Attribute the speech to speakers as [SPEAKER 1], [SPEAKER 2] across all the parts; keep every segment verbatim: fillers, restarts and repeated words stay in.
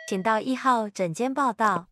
[SPEAKER 1] 请到一号诊间报到。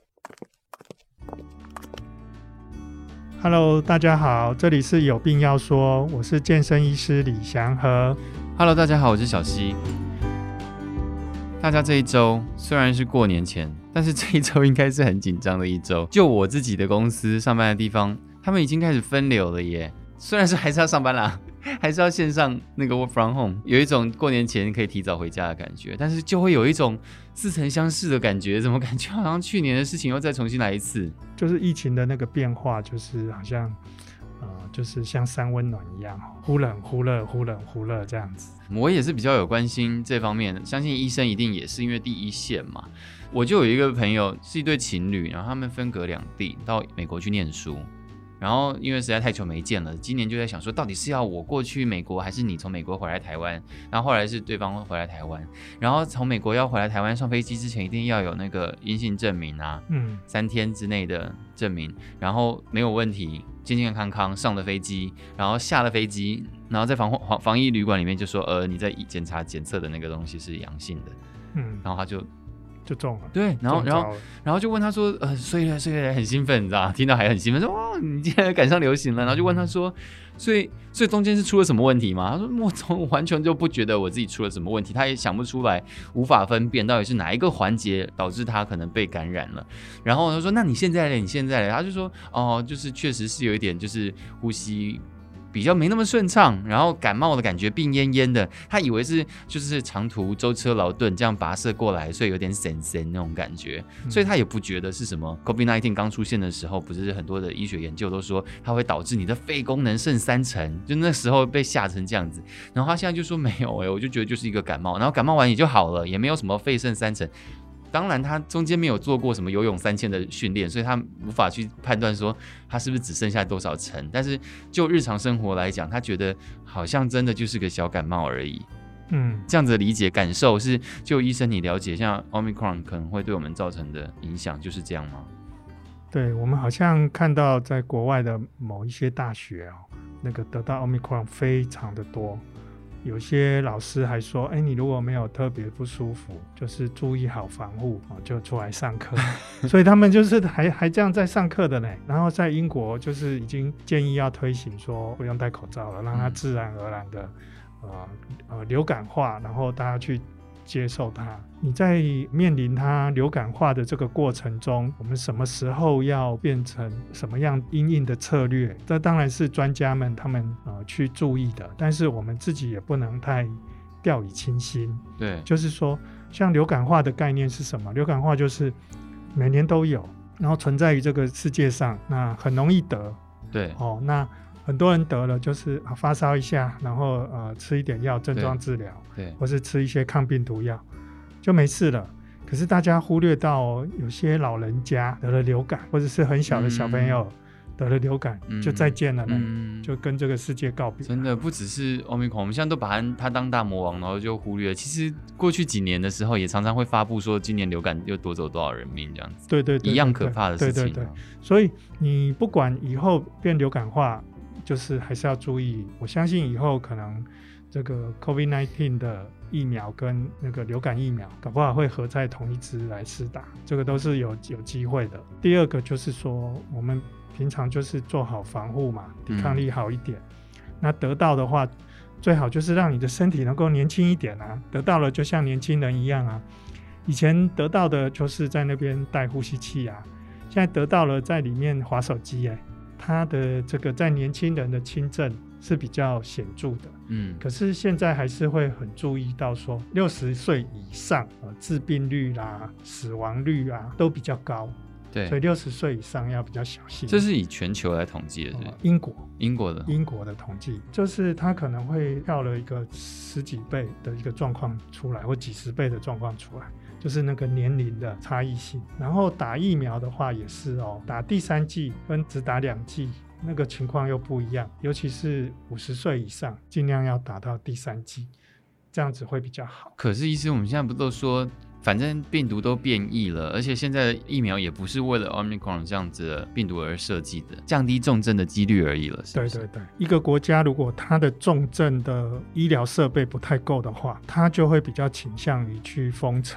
[SPEAKER 2] Hello， 大家好，这里是有病要说，我是健身医师李祥和。
[SPEAKER 3] Hello， 大家好，我是小溪。大家这一周虽然是过年前，但是这一周应该是很紧张的一周。就我自己的公司上班的地方，他们已经开始分流了耶。虽然是还是要上班啦，还是要线上那个 work from home， 有一种过年前可以提早回家的感觉，但是就会有一种似曾相识的感觉，怎么感觉好像去年的事情又再重新来一次？
[SPEAKER 2] 就是疫情的那个变化，就是好像呃，就是像三温暖一样，忽冷忽热，忽冷忽热这样子。
[SPEAKER 3] 我也是比较有关心这方面的，相信医生一定也是因为第一线嘛。我就有一个朋友是一对情侣，然后他们分隔两地到美国去念书。然后因为实在太久没见了，今年就在想说，到底是要我过去美国，还是你从美国回来台湾？然后后来是对方回来台湾，然后从美国要回来台湾，上飞机之前一定要有那个阴性证明啊，嗯，三天之内的证明，然后没有问题，健健康康上了飞机，然后下了飞机，然后在防防疫旅馆里面就说，呃，你在检查检测的那个东西是阳性的，嗯，然后他就。
[SPEAKER 2] 就中了，
[SPEAKER 3] 对，然后然后然后就问他说，呃，所以所以很兴奋，你知道，听到还很兴奋，说哇，你竟然赶上流行了，然后就问他说，所以所以中间是出了什么问题吗？他说我从完全就不觉得我自己出了什么问题，他也想不出来，无法分辨到底是哪一个环节导致他可能被感染了。然后他说，那你现在嘞？你现在嘞？他就说，哦，就是确实是有一点，就是呼吸。比较没那么顺畅，然后感冒的感觉病恹恹的，他以为是就是长途舟车劳顿这样跋涉过来，所以有点神神那种感觉，所以他也不觉得是什么 COVID 十九 刚出现的时候，不是很多的医学研究都说它会导致你的肺功能剩三成，就那时候被吓成这样子，然后他现在就说没有哎、欸，我就觉得就是一个感冒，然后感冒完也就好了，也没有什么肺剩三成。当然他中间没有做过什么游泳三千的训练，所以他无法去判断说他是不是只剩下多少成，但是就日常生活来讲，他觉得好像真的就是个小感冒而已。嗯，这样子的理解感受是就医生你了解像 Omicron 可能会对我们造成的影响就是这样吗？
[SPEAKER 2] 对，我们好像看到在国外的某一些大学哦，那个得到 Omicron 非常的多。有些老师还说，哎，你如果没有特别不舒服，就是注意好防护，就出来上课。所以他们就是还还这样在上课的呢。然后在英国就是已经建议要推行说不用戴口罩了，让它自然而然的呃呃流感化，然后大家去接受它。你在面临它流感化的这个过程中，我们什么时候要变成什么样因应的策略，这当然是专家们他们、呃、去注意的，但是我们自己也不能太掉以轻心。对，就是说像流感化的概念是什么？流感化就是每年都有，然后存在于这个世界上，那很容易得。对，哦，那很多人得了就是发烧一下，然后、呃、吃一点药症状治疗，对，或是吃一些抗病毒药就没事了。可是大家忽略到、哦、有些老人家得了流感，或者是很小的小朋友得了流感、嗯、就再见了呢、嗯、就跟这个世界告别。
[SPEAKER 3] 真的不只是 Omicron， 我们现在都把它当大魔王，然后就忽略了其实过去几年的时候也常常会发布说今年流感又夺走多少人命这样子。对对 对, 对, 对，一样可怕的事情、啊、对对对。
[SPEAKER 2] 所以你不管以后变流感化，就是还是要注意。我相信以后可能这个 COVID 十九 的疫苗跟那个流感疫苗搞不好会合在同一支来施打，这个都是有有机会的。第二个就是说我们平常就是做好防护嘛，抵抗力好一点、嗯、那得到的话最好就是让你的身体能够年轻一点啊，得到了就像年轻人一样啊。以前得到的就是在那边戴呼吸器啊，现在得到了在里面滑手机耶、欸，它的这个在年轻人的轻症是比较显著的，嗯，可是现在还是会很注意到说六十岁以上、呃、致病率啦、死亡率啊都比较高，对，所以六十岁以上要比较小心。
[SPEAKER 3] 这是以全球来统计的是不是、呃、
[SPEAKER 2] 英国
[SPEAKER 3] 英国的
[SPEAKER 2] 英国的统计，就是它可能会跳了一个十几倍的一个状况出来，或几十倍的状况出来，就是那个年龄的差异性。然后打疫苗的话也是哦，打第三剂跟只打两剂那个情况又不一样，尤其是五十岁以上尽量要打到第三剂，这样子会比较好。
[SPEAKER 3] 可是医师我们现在不都说反正病毒都变异了，而且现在的疫苗也不是为了 Omicron 这样子的病毒而设计的，降低重症的几率而已了，是不是？
[SPEAKER 2] 对对对，一个国家如果它的重症的医疗设备不太够的话，它就会比较倾向于去封城。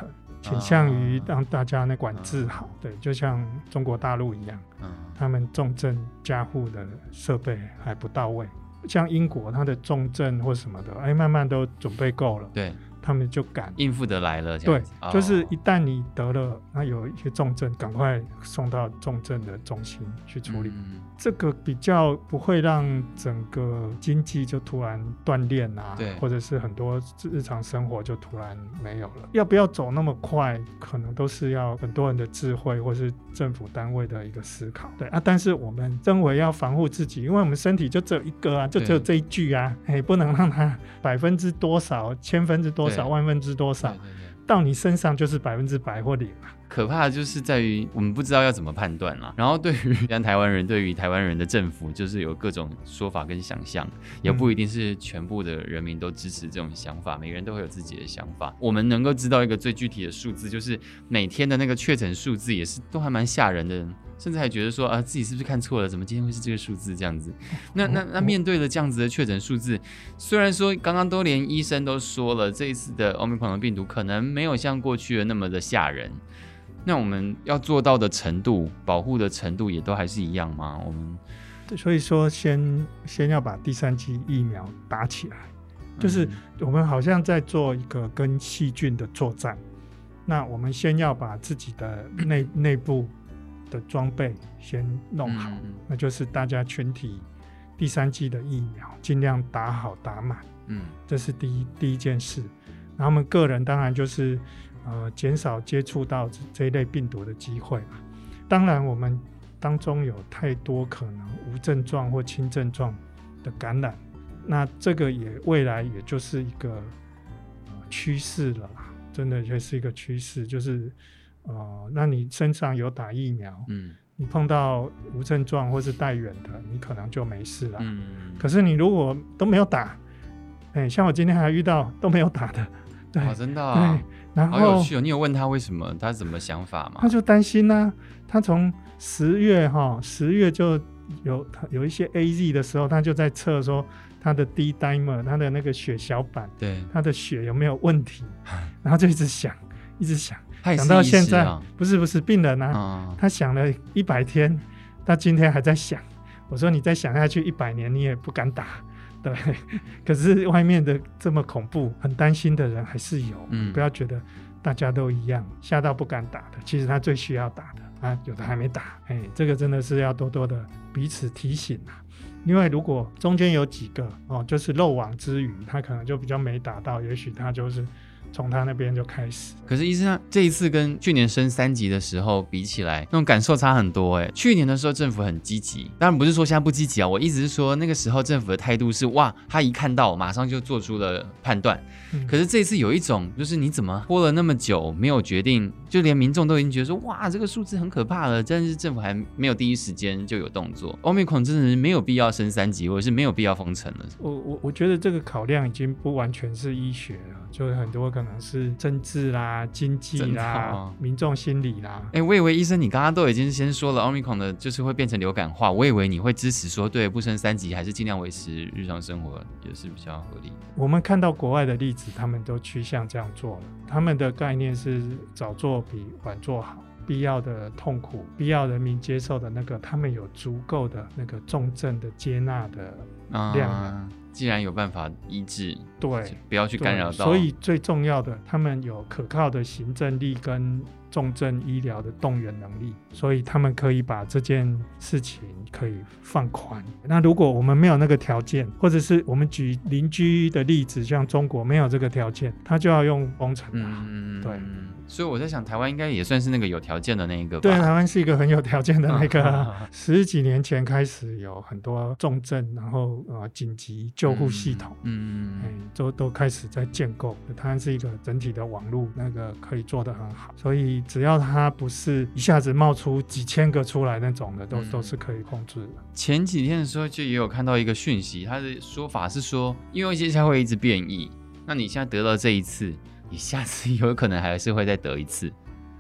[SPEAKER 2] 倾向于让大家那管制好，对，就像中国大陆一样，他们重症加护的设备还不到位，像英国它的重症或什么的，哎，慢慢都准备够了，
[SPEAKER 3] 对，
[SPEAKER 2] 他们就敢
[SPEAKER 3] 应付得来了，这样子。
[SPEAKER 2] 对，就是一旦你得了，那有一些重症，赶快送到重症的中心去处理。嗯，这个比较不会让整个经济就突然断裂啊，或者是很多日常生活就突然没有了。要不要走那么快，可能都是要很多人的智慧，或是政府单位的一个思考。对啊，但是我们认为要防护自己，因为我们身体就只有一个啊，就只有这一具啊，哎，不能让它百分之多少、千分之多少、万分之多少，对对对，到你身上就是百分之百或零啊。
[SPEAKER 3] 可怕的就是在于我们不知道要怎么判断啦。然后对于像台湾人，对于台湾人的政府，就是有各种说法跟想象，也不一定是全部的人民都支持这种想法，每个人都会有自己的想法。我们能够知道一个最具体的数字，就是每天的那个确诊数字也是都还蛮吓人的，甚至还觉得说啊，自己是不是看错了，怎么今天会是这个数字这样子。那那那面对了这样子的确诊数字，虽然说刚刚都连医生都说了，这一次的 Omicron 的病毒可能没有像过去的那么的吓人，那我们要做到的程度，保护的程度也都还是一样吗？我们
[SPEAKER 2] 所以说先先要把第三剂疫苗打起来，就是我们好像在做一个跟细菌的作战。那我们先要把自己的内内部的装备先弄好，嗯、那就是大家全体第三剂的疫苗尽量打好打满，嗯，这是第一第一件事。然后我们个人当然就是呃减少接触到这一类病毒的机会嘛。当然我们当中有太多可能无症状或轻症状的感染，那这个也未来也就是一个呃趋势了啦，真的也是一个趋势，就是呃，那你身上有打疫苗，嗯，你碰到无症状或是带源的，你可能就没事了。嗯，可是你如果都没有打，哎，像我今天还遇到都没有打的，对，
[SPEAKER 3] 哦、真的、啊，
[SPEAKER 2] 对，然后
[SPEAKER 3] 好有趣哦。你有问他为什么，他怎么想法吗？
[SPEAKER 2] 他就担心啊，他从十月哈，十月就有有一些 A Z 的时候，他就在测说他的 D dimer， 他的那个血小板，对，他的血有没有问题，然后就一直想，一直想。想到现在、啊、不是不是病人啊、嗯、他想了一百天，他今天还在想。我说你再想下去一百年你也不敢打，对，可是外面的这么恐怖，很担心的人还是有、嗯、不要觉得大家都一样，吓到不敢打的，其实他最需要打的啊，有的还没打，哎，这个真的是要多多的彼此提醒啊。因为如果中间有几个哦，就是漏网之鱼，他可能就比较没打到，也许他就是从他那边就开始。
[SPEAKER 3] 可是医生这一次跟去年升三级的时候比起来，那种感受差很多哎。去年的时候政府很积极，当然不是说现在不积极啊，我意思是说那个时候政府的态度是哇，他一看到马上就做出了判断、嗯、可是这一次有一种就是你怎么拖了那么久没有决定，就连民众都已经觉得说哇这个数字很可怕了，但是政府还没有第一时间就有动作。 Omicron 真的是没有必要升三级，或者是没有必要封城了。
[SPEAKER 2] 我我我觉得这个考量已经不完全是医学了，就是很多可能是政治啦、经济啦、哦、民众心理啦。
[SPEAKER 3] 哎、欸，我以为医生你刚刚都已经先说了 Omicron 的就是会变成流感化，我以为你会支持说对不升三级还是尽量维持日常生活也是比较合理。
[SPEAKER 2] 我们看到国外的例子，他们都趋向这样做了，他们的概念是早做比晚做好，必要的痛苦、必要人民接受的那个，他们有足够的那个重症的接纳的量、啊、
[SPEAKER 3] 既然有办法医治，
[SPEAKER 2] 对，
[SPEAKER 3] 不要去干扰到。
[SPEAKER 2] 所以最重要的，他们有可靠的行政力跟重症医疗的动员能力，所以他们可以把这件事情可以放宽。那如果我们没有那个条件，或者是我们举邻居的例子，像中国没有这个条件，他就要用封城嘛、嗯、对。
[SPEAKER 3] 所以我在想台湾应该也算是那个有条件的那一个吧。
[SPEAKER 2] 对，台湾是一个很有条件的那个十几年前开始有很多重症，然后呃紧急救护系统，嗯，嗯都都开始在建构。台湾是一个整体的网络，那个可以做得很好，所以只要它不是一下子冒出几千个出来那种的，都、嗯、都是可以控制的。
[SPEAKER 3] 前几天的时候就也有看到一个讯息，他的说法是说，因为接下来会一直变异，那你现在得到这一次，你下次有可能还是会再得一次，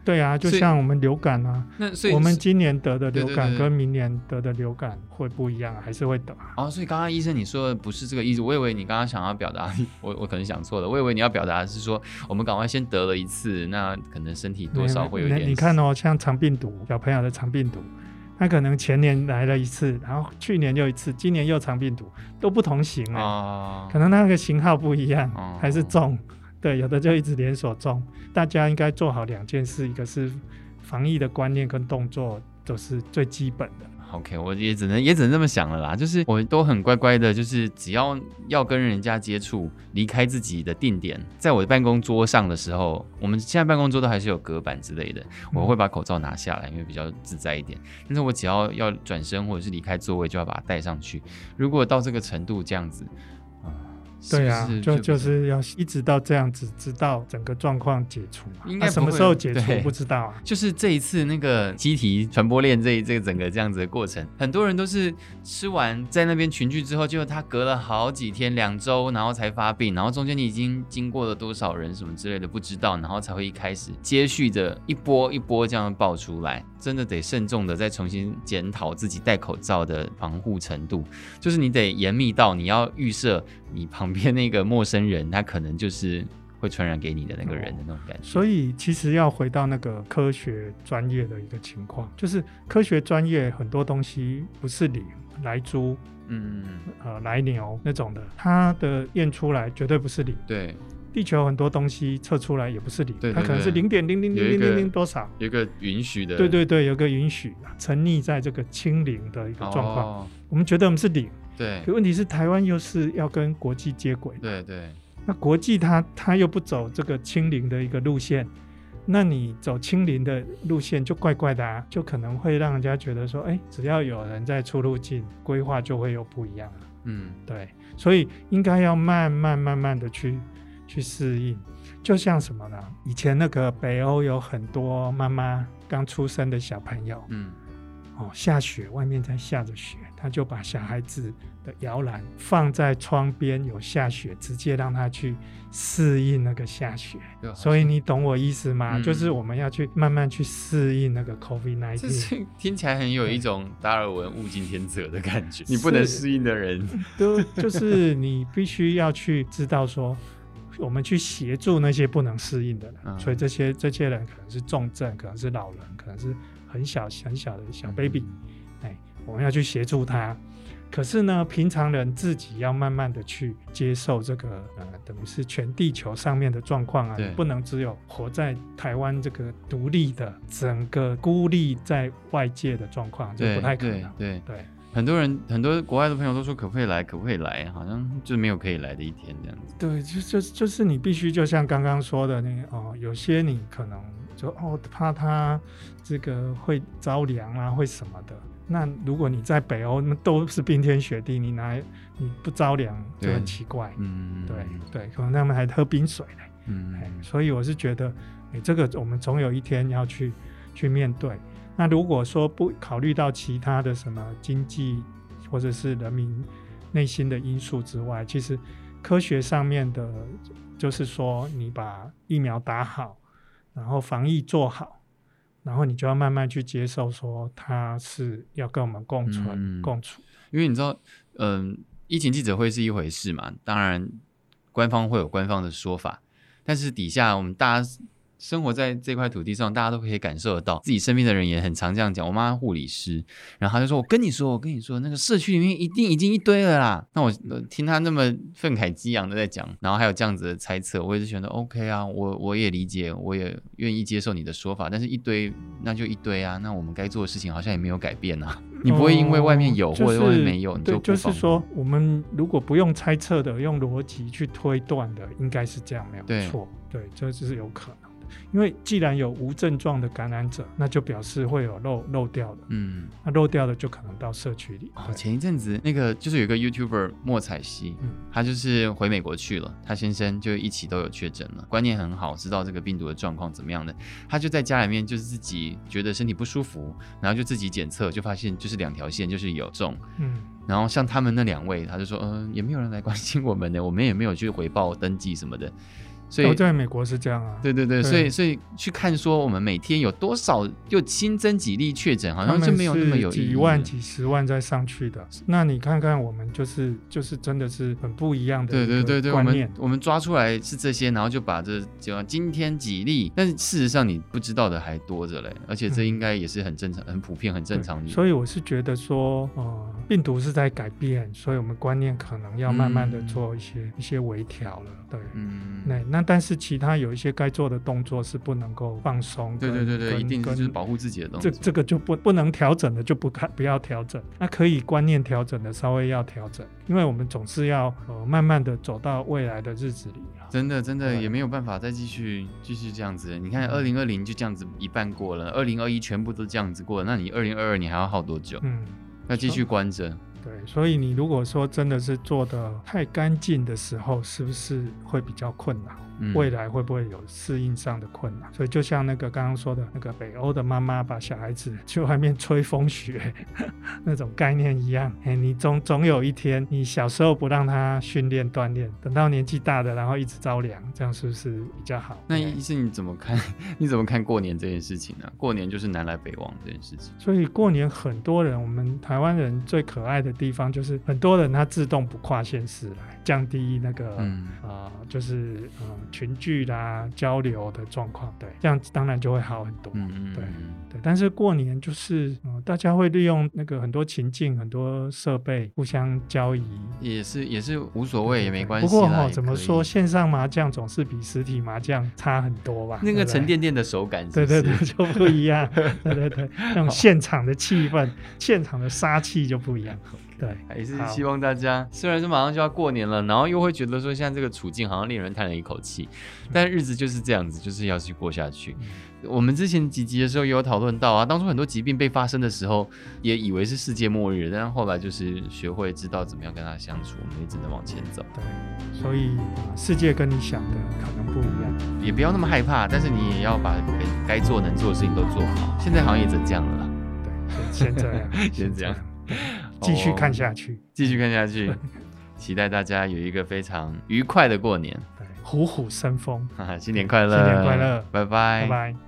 [SPEAKER 2] 对啊，就像我们流感啊，
[SPEAKER 3] 那所以
[SPEAKER 2] 我们今年得的流感
[SPEAKER 3] 对对对
[SPEAKER 2] 跟明年得的流感会不一样，还是会得啊。
[SPEAKER 3] 哦，所以刚刚医生你说的不是这个意思，我以为你刚刚想要表达，我我可能想错了，我以为你要表达的是说，我们赶快先得了一次，那可能身体多少会有一点。
[SPEAKER 2] 你看哦，像肠病毒，小朋友的肠病毒，他可能前年来了一次，然后去年又一次，今年又肠病毒，都不同型哎、欸哦，可能那个型号不一样，哦、还是重。对，有的就一直连锁中，大家应该做好两件事，一个是防疫的观念跟动作都是最基本的。
[SPEAKER 3] OK， 我也只能也只能这么想了啦，就是我都很乖乖的，就是只要要跟人家接触，离开自己的定点，在我的办公桌上的时候，我们现在办公桌都还是有隔板之类的，我会把口罩拿下来，因为比较自在一点。但是我只要要转身或者是离开座位，就要把它带上去。如果到这个程度这样子。
[SPEAKER 2] 对啊，是是就就是要一直到这样子，直到整个状况解除嘛。
[SPEAKER 3] 应该、啊、
[SPEAKER 2] 什么时候解除不知道啊。
[SPEAKER 3] 就是这一次那个机体传播链这这个整个这样子的过程，很多人都是吃完在那边群聚之后，结果他隔了好几天、两周，然后才发病，然后中间你已经经过了多少人什么之类的不知道，然后才会一开始接续着一波一波这样爆出来，真的得慎重的再重新检讨自己戴口罩的防护程度，就是你得严密到你要预设你旁边。那个陌生人他可能就是会传染给你的那个人的那种感觉、哦、
[SPEAKER 2] 所以其实要回到那个科学专业的一个情况，就是科学专业很多东西不是零来猪嗯呃来牛那种的，它的验出来绝对不是零。
[SPEAKER 3] 对，
[SPEAKER 2] 地球很多东西测出来也不是零，
[SPEAKER 3] 对对对，
[SPEAKER 2] 它可能是零点零零零零零零多少，
[SPEAKER 3] 有一个允许的，
[SPEAKER 2] 对对对，有一个允许沉溺在这个清零的一个状况、哦、我们觉得我们是零，
[SPEAKER 3] 对，
[SPEAKER 2] 可问题是台湾又是要跟国际接轨的，
[SPEAKER 3] 对对，
[SPEAKER 2] 那国际它它又不走这个清零的一个路线，那你走清零的路线就怪怪的啊，就可能会让人家觉得说，哎，只要有人在出入境，规划就会有不一样了。嗯，对，所以应该要慢慢慢慢的去去适应。就像什么呢？以前那个北欧有很多妈妈刚出生的小朋友，嗯。哦，下雪，外面在下着雪，他就把小孩子的摇篮放在窗边，有下雪，直接让他去适应那个下雪。所以你懂我意思吗？嗯、就是我们要去慢慢去适应那个 COVID 十九。
[SPEAKER 3] 听起来很有一种达尔文物竞天择的感觉。你不能适应的人，
[SPEAKER 2] 都就是你必须要去知道说。我们去协助那些不能适应的人、嗯、所以这些这些人可能是重症，可能是老人，可能是很小很小的小 baby、嗯哎、我们要去协助他。可是呢，平常人自己要慢慢的去接受这个呃，等于是全地球上面的状况啊，不能只有活在台湾这个独立的整个孤立在外界的状况，就不太可能。对
[SPEAKER 3] 对 对, 对很多人很多国外的朋友都说可不可以来可不可以来，好像就没有可以来的一天这样子。
[SPEAKER 2] 对，就就就是你必须就像刚刚说的那哦，有些你可能就哦怕他这个会着凉啊，会什么的。那如果你在北欧，那都是冰天雪地，你拿你不着凉就很奇怪。嗯，对对，可能他们还喝冰水呢。嗯、哎，所以我是觉得，哎，这个我们总有一天要去去面对。那如果说不考虑到其他的什么经济或者是人民内心的因素之外，其实科学上面的就是说你把疫苗打好，然后防疫做好，然后你就要慢慢去接受说它是要跟我们共存、嗯、共处。
[SPEAKER 3] 因为你知道嗯、呃，疫情记者会是一回事嘛，当然官方会有官方的说法，但是底下我们大家生活在这块土地上，大家都可以感受得到，自己身边的人也很常这样讲。我妈护理师，然后她就说，我跟你说我跟你说那个社区里面一定已经一堆了啦。那我听她那么愤慨激昂的在讲，然后还有这样子的猜测，我也是觉得 OK 啊，我我也理解，我也愿意接受你的说法，但是一堆那就一堆啊，那我们该做的事情好像也没有改变啊。你不会因为外面有、哦、或者外面没有、就是、你就不
[SPEAKER 2] 就是说我们如果不用猜测的，用逻辑去推断的，应该是这样，没有错。 对, 对，这是有可能。因为既然有无症状的感染者，那就表示会有 漏, 漏掉的，嗯，那漏掉的就可能到社区里。
[SPEAKER 3] 哦，前一阵子那个就是有一个 YouTuber 莫彩希、嗯，他就是回美国去了，他先生就一起都有确诊了，观念很好，知道这个病毒的状况怎么样的，他就在家里面就是自己觉得身体不舒服，然后就自己检测，就发现就是两条线就是有中，嗯。然后像他们那两位，他就说，嗯、呃，也没有人来关心我们的，我们也没有去回报登记什么的。 所以、
[SPEAKER 2] 哦、在美国是这样啊。
[SPEAKER 3] 对对对，
[SPEAKER 2] 对
[SPEAKER 3] 所以所以去看说我们每天有多少又新增几例确诊，好像就没有那么有意义。
[SPEAKER 2] 几万几十万再上去的，那你看看我们就是就是真的是很不一样的一个观念。
[SPEAKER 3] 对对对对，我们我们抓出来是这些，然后就把这就今天几例，但是事实上你不知道的还多着嘞，而且这应该也是很正常、嗯、很普遍、很正常的。
[SPEAKER 2] 所以我是觉得说，呃，病毒是在改变，所以我们观念可能要慢慢的做一些、嗯、一些微调了。对，嗯，那那但是其他有一些该做的动作是不能够放松。
[SPEAKER 3] 对对对对，一定是就是保护自己的动作。
[SPEAKER 2] 这这个就不不能调整的就不不要调整，那可以观念调整的稍微要调整，因为我们总是要呃慢慢的走到未来的日子里啊。
[SPEAKER 3] 真的真的也没有办法再继续继续这样子。你看二零二零就这样子一半过了，二零二一全部都这样子过了，那你二零二二你还要耗多久？嗯，要继续关着。
[SPEAKER 2] 对，所以你如果说真的是做得太干净的时候，是不是会比较困难？嗯、未来会不会有适应上的困难？所以就像那个刚刚说的那个北欧的妈妈把小孩子去外面吹风雪那种概念一样，欸、你 总, 总有一天你小时候不让他训练锻炼，等到年纪大的然后一直着凉，这样是不是比较好？
[SPEAKER 3] 那医生你怎么看你怎么看过年这件事情呢、啊？过年就是南来北往这件事情。
[SPEAKER 2] 所以过年很多人，我们台湾人最可爱的地方就是很多人他自动不跨县市来，降低那个、嗯呃、就是呃群聚啦交流的状况，对，这样当然就会好很多。嗯对对，但是过年就是、呃、大家会利用那个很多情境、很多设备互相交易，
[SPEAKER 3] 也是也是无所谓，也没关系。
[SPEAKER 2] 不过哈、哦，怎么说，线上麻将总是比实体麻将差很多吧？
[SPEAKER 3] 那个沉甸甸的手感是不
[SPEAKER 2] 是，对对对，就不一样。对对对，那种现场的气氛、现场的杀气就不一样。对，
[SPEAKER 3] 还是希望大家，虽然是马上就要过年了，然后又会觉得说现在这个处境好像令人叹了一口气，但日子就是这样子，就是要去过下去。嗯、我们之前几集的时候也有讨论到啊，当初很多疾病被发生的时候，也以为是世界末日，但是后来就是学会知道怎么样跟它相处，我们也只能往前走。
[SPEAKER 2] 对，所以、呃、世界跟你想的可能不一样，
[SPEAKER 3] 也不要那么害怕，但是你也要把该做能做的事情都做好。现在好像也只这样了啦。
[SPEAKER 2] 对，先这样，
[SPEAKER 3] 先这样。
[SPEAKER 2] 继续看下去，哦、
[SPEAKER 3] 继续看下去，期待大家有一个非常愉快的过年，
[SPEAKER 2] 对，虎虎生风，
[SPEAKER 3] 新年快乐，
[SPEAKER 2] 新年快乐，
[SPEAKER 3] 拜拜，
[SPEAKER 2] 拜拜。